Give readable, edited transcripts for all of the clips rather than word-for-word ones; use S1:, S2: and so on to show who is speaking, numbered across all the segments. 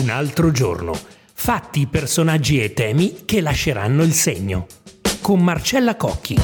S1: Un altro giorno. Fatti, personaggi e temi che lasceranno il segno. Con Marcella Cocchi.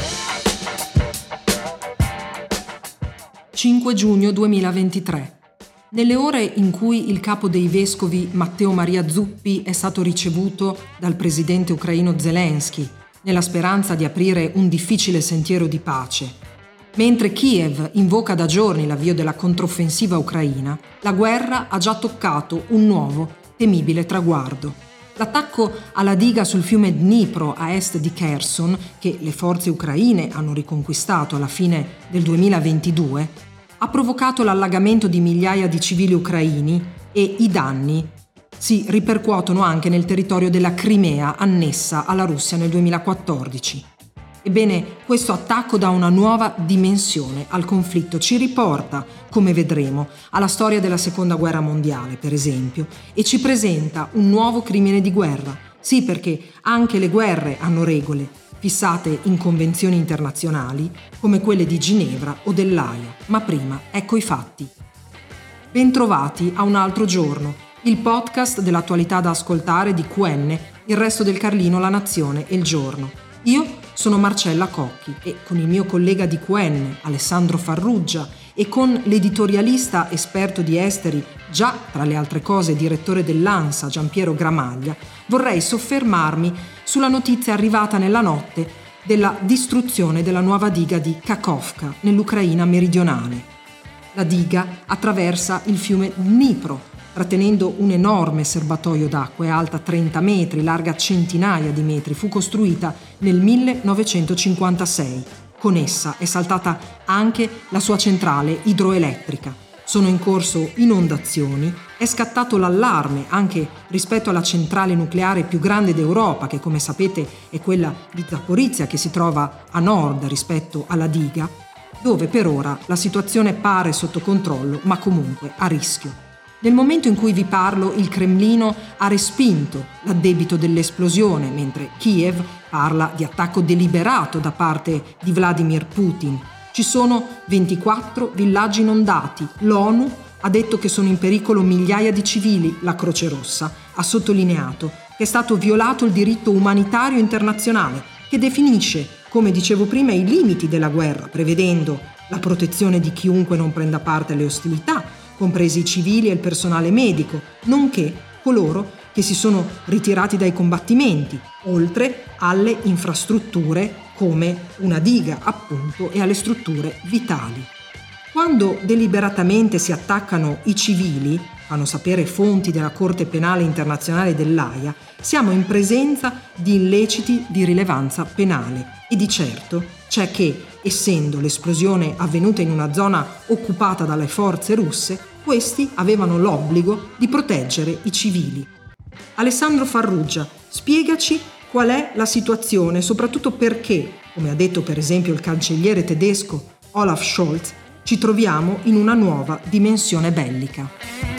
S2: 5 giugno 2023. Nelle ore in cui il capo dei vescovi Matteo Maria Zuppi è stato ricevuto dal presidente ucraino Zelensky nella speranza di aprire un difficile sentiero di pace, mentre Kiev invoca da giorni l'avvio della controffensiva ucraina, la guerra ha già toccato un nuovo, temibile traguardo. L'attacco alla diga sul fiume Dnipro a est di Kherson, che le forze ucraine hanno riconquistato alla fine del 2022, ha provocato l'allagamento di migliaia di civili ucraini e i danni si ripercuotono anche nel territorio della Crimea annessa alla Russia nel 2014. Ebbene, questo attacco dà una nuova dimensione al conflitto, ci riporta, come vedremo, alla storia della Seconda Guerra Mondiale, per esempio, e ci presenta un nuovo crimine di guerra. Sì, perché anche le guerre hanno regole, fissate in convenzioni internazionali come quelle di Ginevra o dell'Aia. Ma prima, ecco i fatti. Bentrovati a Un altro giorno, il podcast dell'attualità da ascoltare di QN, Il Resto del Carlino, La Nazione e Il Giorno. Io sono Marcella Cocchi e con il mio collega di QN, Alessandro Farruggia, e con l'editorialista esperto di esteri, già tra le altre cose direttore dell'ANSA, Giampiero Gramaglia, vorrei soffermarmi sulla notizia arrivata nella notte della distruzione della nuova diga di Kakhovka, nell'Ucraina meridionale. La diga attraversa il fiume Dnipro, trattenendo un enorme serbatoio d'acqua, è alta 30 metri, larga centinaia di metri, fu costruita nel 1956. Con essa è saltata anche la sua centrale idroelettrica. Sono in corso inondazioni, è scattato l'allarme anche rispetto alla centrale nucleare più grande d'Europa, che come sapete è quella di Zaporizhzhia, che si trova a nord rispetto alla diga, dove per ora la situazione pare sotto controllo, ma comunque a rischio. Nel momento in cui vi parlo, il Cremlino ha respinto l'addebito dell'esplosione, mentre Kiev parla di attacco deliberato da parte di Vladimir Putin. Ci sono 24 villaggi inondati. L'ONU ha detto che sono in pericolo migliaia di civili. La Croce Rossa ha sottolineato che è stato violato il diritto umanitario internazionale, che definisce, come dicevo prima, i limiti della guerra, prevedendo la protezione di chiunque non prenda parte alle ostilità, compresi i civili e il personale medico, nonché coloro che si sono ritirati dai combattimenti, oltre alle infrastrutture come una diga, appunto, e alle strutture vitali. Quando deliberatamente si attaccano i civili, fanno sapere fonti della Corte Penale Internazionale dell'Aia, siamo in presenza di illeciti di rilevanza penale e di certo c'è che, essendo l'esplosione avvenuta in una zona occupata dalle forze russe, questi avevano l'obbligo di proteggere i civili. Alessandro Farruggia, spiegaci qual è la situazione, soprattutto perché, come ha detto per esempio il cancelliere tedesco Olaf Scholz, ci troviamo in una nuova dimensione bellica.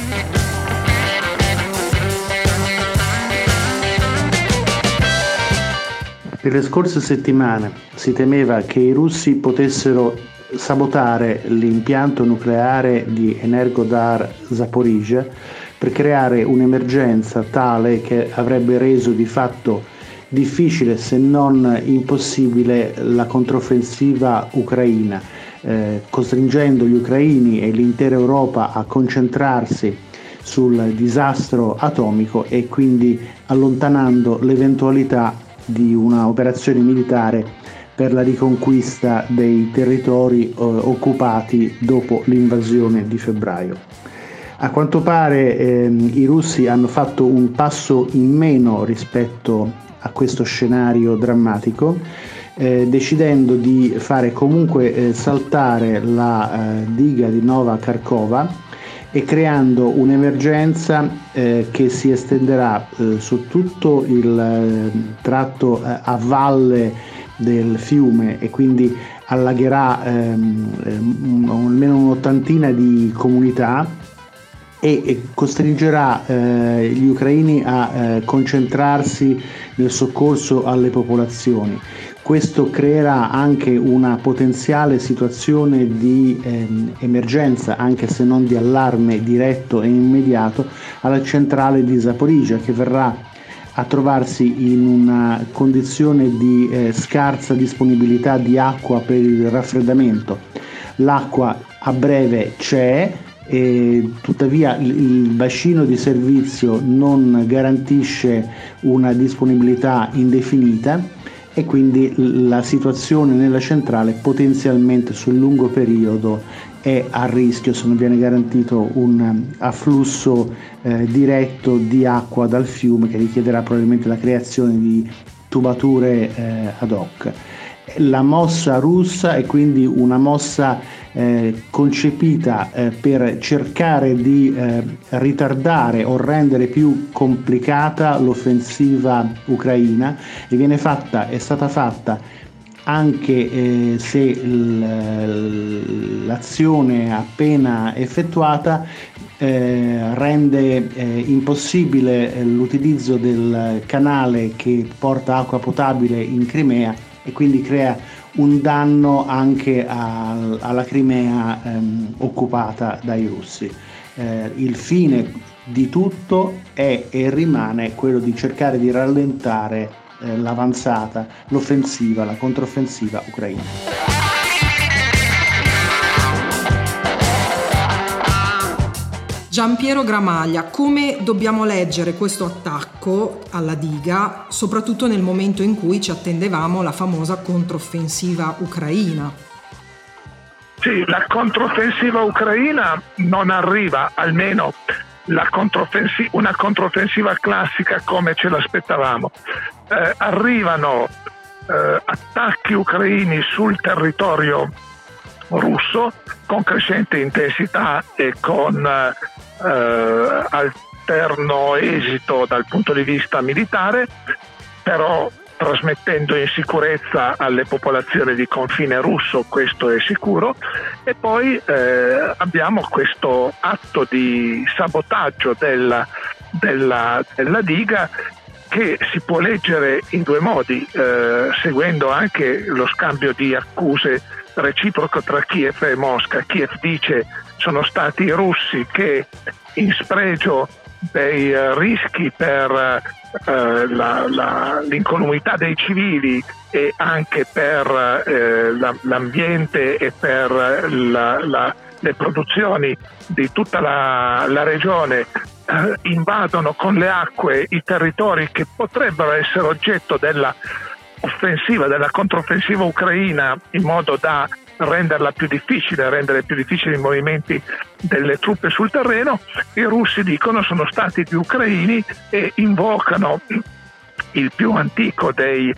S3: Nelle scorse settimane si temeva che i russi potessero sabotare l'impianto nucleare di Energodar Zaporizhzhia per creare un'emergenza tale che avrebbe reso di fatto difficile, se non impossibile, la controffensiva ucraina, costringendo gli ucraini e l'intera Europa a concentrarsi sul disastro atomico e quindi allontanando l'eventualità di una operazione militare per la riconquista dei territori occupati dopo l'invasione di febbraio. A quanto pare i russi hanno fatto un passo in meno rispetto a questo scenario drammatico, decidendo di fare comunque saltare la diga di Nova Kakhovka e creando un'emergenza che si estenderà su tutto il tratto a valle del fiume e quindi allagherà almeno un'ottantina di comunità e costringerà gli ucraini a concentrarsi nel soccorso alle popolazioni. Questo creerà anche una potenziale situazione di emergenza, anche se non di allarme diretto e immediato, alla centrale di Zaporizhzhia, che verrà a trovarsi in una condizione di scarsa disponibilità di acqua per il raffreddamento. L'acqua a breve c'è, tuttavia il bacino di servizio non garantisce una disponibilità indefinita e quindi la situazione nella centrale potenzialmente sul lungo periodo è a rischio se non viene garantito un afflusso diretto di acqua dal fiume, che richiederà probabilmente la creazione di tubature ad hoc. La mossa russa è quindi una mossa concepita per cercare di ritardare o rendere più complicata l'offensiva ucraina, e è stata fatta anche se l'azione appena effettuata rende impossibile l'utilizzo del canale che porta acqua potabile in Crimea, e quindi crea un danno anche alla Crimea occupata dai russi. Il fine di tutto è e rimane quello di cercare di rallentare l'avanzata, l'offensiva, la controffensiva ucraina.
S2: Giampiero Gramaglia, come dobbiamo leggere questo attacco alla diga, soprattutto nel momento in cui ci attendevamo la famosa controffensiva ucraina?
S4: Sì, la controffensiva ucraina non arriva, almeno una controffensiva classica come ce l'aspettavamo. Arrivano attacchi ucraini sul territorio russo con crescente intensità e con alterno esito dal punto di vista militare, però trasmettendo insicurezza alle popolazioni di confine russo, questo è sicuro. E poi abbiamo questo atto di sabotaggio della diga, che si può leggere in due modi, seguendo anche lo scambio di accuse reciproco tra Kiev e Mosca. Kiev dice: sono stati i russi che, in spregio dei rischi per l'incolumità dei civili e anche per l'ambiente e per le produzioni di tutta la regione, invadono con le acque i territori che potrebbero essere oggetto della controffensiva ucraina, in modo da rendere più difficili i movimenti delle truppe sul terreno. I russi dicono: sono stati gli ucraini, e invocano il più antico dei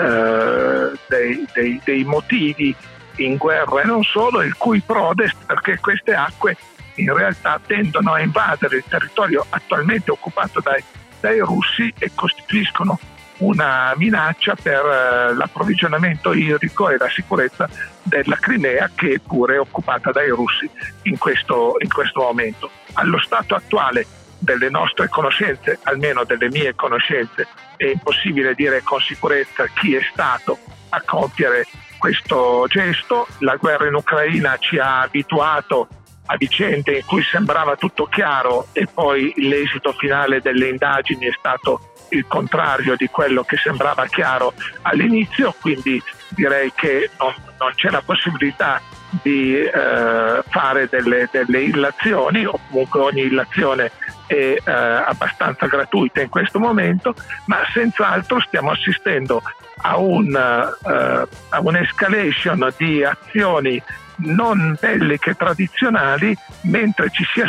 S4: motivi in guerra e non solo, il cui prodest, perché queste acque in realtà tendono a invadere il territorio attualmente occupato dai russi e costituiscono una minaccia per l'approvvigionamento idrico e la sicurezza della Crimea, che pure è occupata dai russi in questo momento. Allo stato attuale delle nostre conoscenze, almeno delle mie conoscenze, è impossibile dire con sicurezza chi è stato a compiere questo gesto. La guerra in Ucraina ci ha abituato a vicende in cui sembrava tutto chiaro e poi l'esito finale delle indagini è stato il contrario di quello che sembrava chiaro all'inizio, quindi direi che non c'è la possibilità di fare delle illazioni, o comunque ogni illazione è abbastanza gratuita in questo momento, ma senz'altro stiamo assistendo a un'escalation di azioni non belliche tradizionali, mentre ci si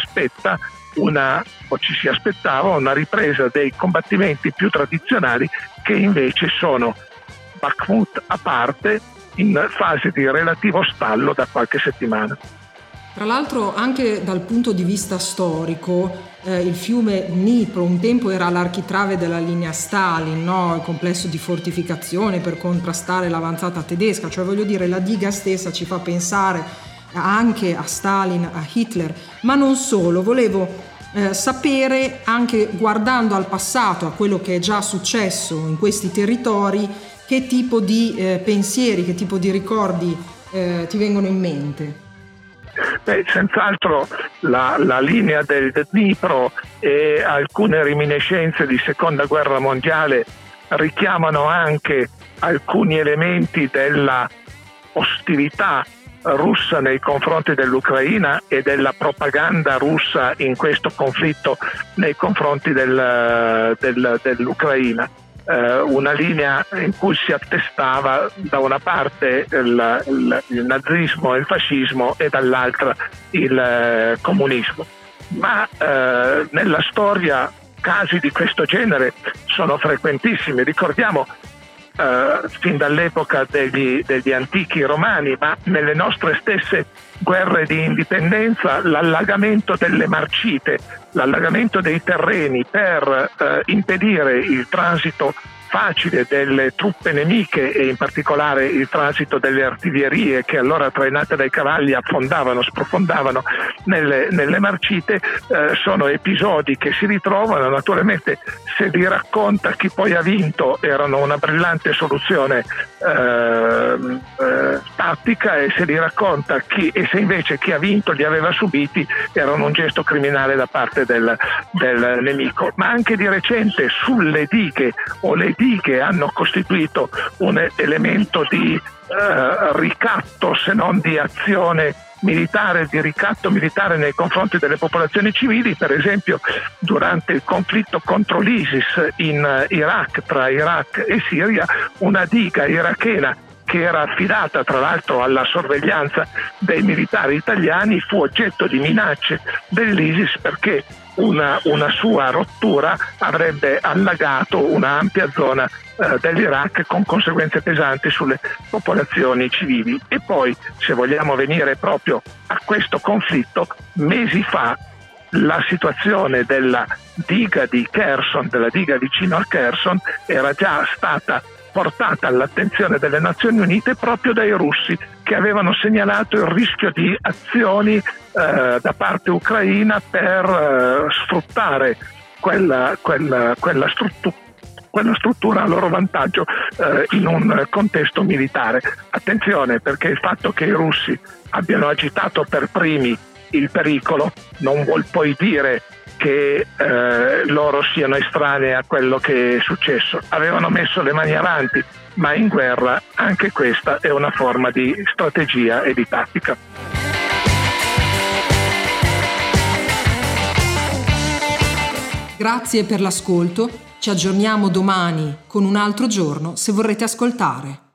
S4: aspettava una ripresa dei combattimenti più tradizionali, che invece sono, Bakhmut a parte, in fase di relativo stallo da qualche settimana.
S2: Tra l'altro, anche dal punto di vista storico, il fiume Dnipro un tempo era l'architrave della linea Stalin, no? Il complesso di fortificazione per contrastare l'avanzata tedesca, cioè voglio dire, la diga stessa ci fa pensare anche a Stalin, a Hitler, ma non solo. Volevo sapere, anche guardando al passato, a quello che è già successo in questi territori, che tipo di pensieri, che tipo di ricordi ti vengono in mente.
S4: Senz'altro la linea del Dnipro e alcune reminiscenze di Seconda Guerra Mondiale richiamano anche alcuni elementi della ostilità russa nei confronti dell'Ucraina e della propaganda russa in questo conflitto nei confronti dell'Ucraina. Una linea in cui si attestava da una parte il nazismo e il fascismo e dall'altra il comunismo. Ma nella storia casi di questo genere sono frequentissimi. Ricordiamo fin dall'epoca degli antichi romani, ma nelle nostre stesse guerre di indipendenza, l'allagamento delle marcite, l'allagamento dei terreni per impedire il transito facile delle truppe nemiche e in particolare il transito delle artiglierie che allora trainate dai cavalli sprofondavano nelle marcite, sono episodi che si ritrovano. Naturalmente se li racconta chi poi ha vinto erano una brillante soluzione tattica, e se li racconta e se invece chi ha vinto li aveva subiti erano un gesto criminale da parte del nemico. Ma anche di recente sulle dighe le dighe hanno costituito un elemento di ricatto, se non di azione militare, di ricatto militare nei confronti delle popolazioni civili. Per esempio durante il conflitto contro l'ISIS in Iraq, tra Iraq e Siria, una diga irachena che era affidata tra l'altro alla sorveglianza dei militari italiani fu oggetto di minacce dell'ISIS perché una sua rottura avrebbe allagato un'ampia zona dell'Iraq con conseguenze pesanti sulle popolazioni civili. E poi, se vogliamo venire proprio a questo conflitto, mesi fa la situazione della diga di Kherson, della diga vicino a Kherson, era già stata portata all'attenzione delle Nazioni Unite proprio dai russi, che avevano segnalato il rischio di azioni da parte ucraina per sfruttare quella struttura a loro vantaggio in un contesto militare. Attenzione, perché il fatto che i russi abbiano agitato per primi il pericolo non vuol poi dire che loro siano estranei a quello che è successo. Avevano messo le mani avanti, ma in guerra anche questa è una forma di strategia e di tattica.
S2: Grazie per l'ascolto, ci aggiorniamo domani con un altro giorno se vorrete ascoltare.